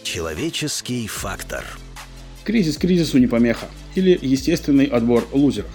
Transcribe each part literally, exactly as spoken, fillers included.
Человеческий фактор. Кризис кризису не помеха. Или естественный отбор лузеров.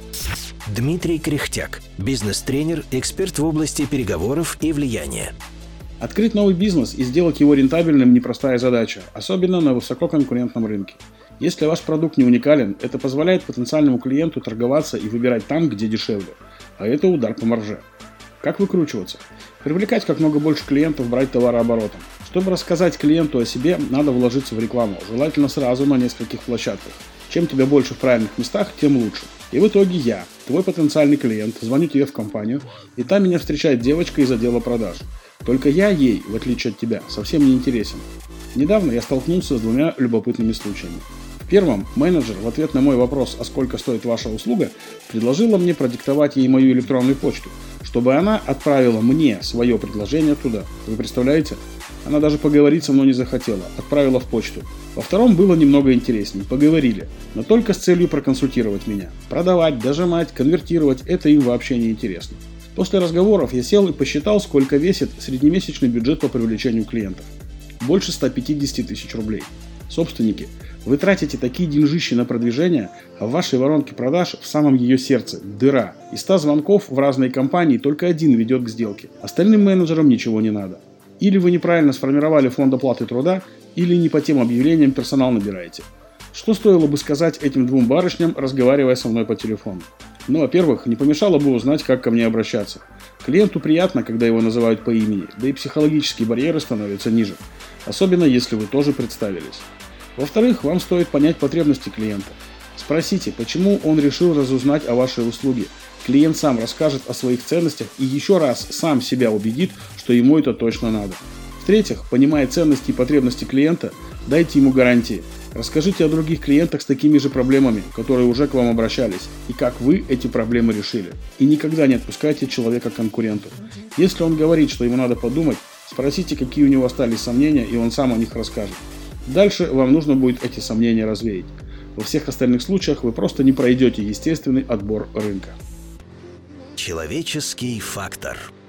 Дмитрий Кряхтяк, бизнес-тренер, эксперт в области переговоров и влияния. Открыть новый бизнес и сделать его рентабельным – непростая задача, особенно на высококонкурентном рынке. Если ваш продукт не уникален, это позволяет потенциальному клиенту торговаться и выбирать там, где дешевле. А это удар по марже. Как выкручиваться? Привлекать как много больше клиентов, брать товарооборотом. Чтобы рассказать клиенту о себе, надо вложиться в рекламу, желательно сразу на нескольких площадках. Чем тебя больше в правильных местах, тем лучше. И в итоге я, твой потенциальный клиент, звоню тебе в компанию, и там меня встречает девочка из отдела продаж. Только я ей, в отличие от тебя, совсем не интересен. Недавно я столкнулся с двумя любопытными случаями. В первом менеджер в ответ на мой вопрос, а сколько стоит ваша услуга, предложила мне продиктовать ей мою электронную почту, чтобы она отправила мне свое предложение туда. Вы представляете? Она даже поговорить со мной не захотела, отправила в почту. Во втором было немного интереснее, поговорили, но только с целью проконсультировать меня. Продавать, дожимать, конвертировать – это им вообще не интересно. После разговоров я сел и посчитал, сколько весит среднемесячный бюджет по привлечению клиентов. Больше ста пятидесяти тысяч рублей. Собственники, вы тратите такие деньжищи на продвижение, а в вашей воронке продаж в самом ее сердце – дыра. Из ста звонков в разные компании только один ведет к сделке. Остальным менеджерам ничего не надо. Или вы неправильно сформировали фонд оплаты труда, или не по тем объявлениям персонал набираете. Что стоило бы сказать этим двум барышням, разговаривая со мной по телефону? Ну, во-первых, не помешало бы узнать, как ко мне обращаться. Клиенту приятно, когда его называют по имени, да и психологические барьеры становятся ниже. Особенно, если вы тоже представились. Во-вторых, вам стоит понять потребности клиента. Спросите, почему он решил разузнать о вашей услуге. Клиент сам расскажет о своих ценностях и еще раз сам себя убедит, что ему это точно надо. В-третьих, понимая ценности и потребности клиента, дайте ему гарантии. Расскажите о других клиентах с такими же проблемами, которые уже к вам обращались, и как вы эти проблемы решили. И никогда не отпускайте человека к конкуренту. Если он говорит, что ему надо подумать, спросите, какие у него остались сомнения, и он сам о них расскажет. Дальше вам нужно будет эти сомнения развеять. Во всех остальных случаях вы просто не пройдете естественный отбор рынка. Человеческий фактор.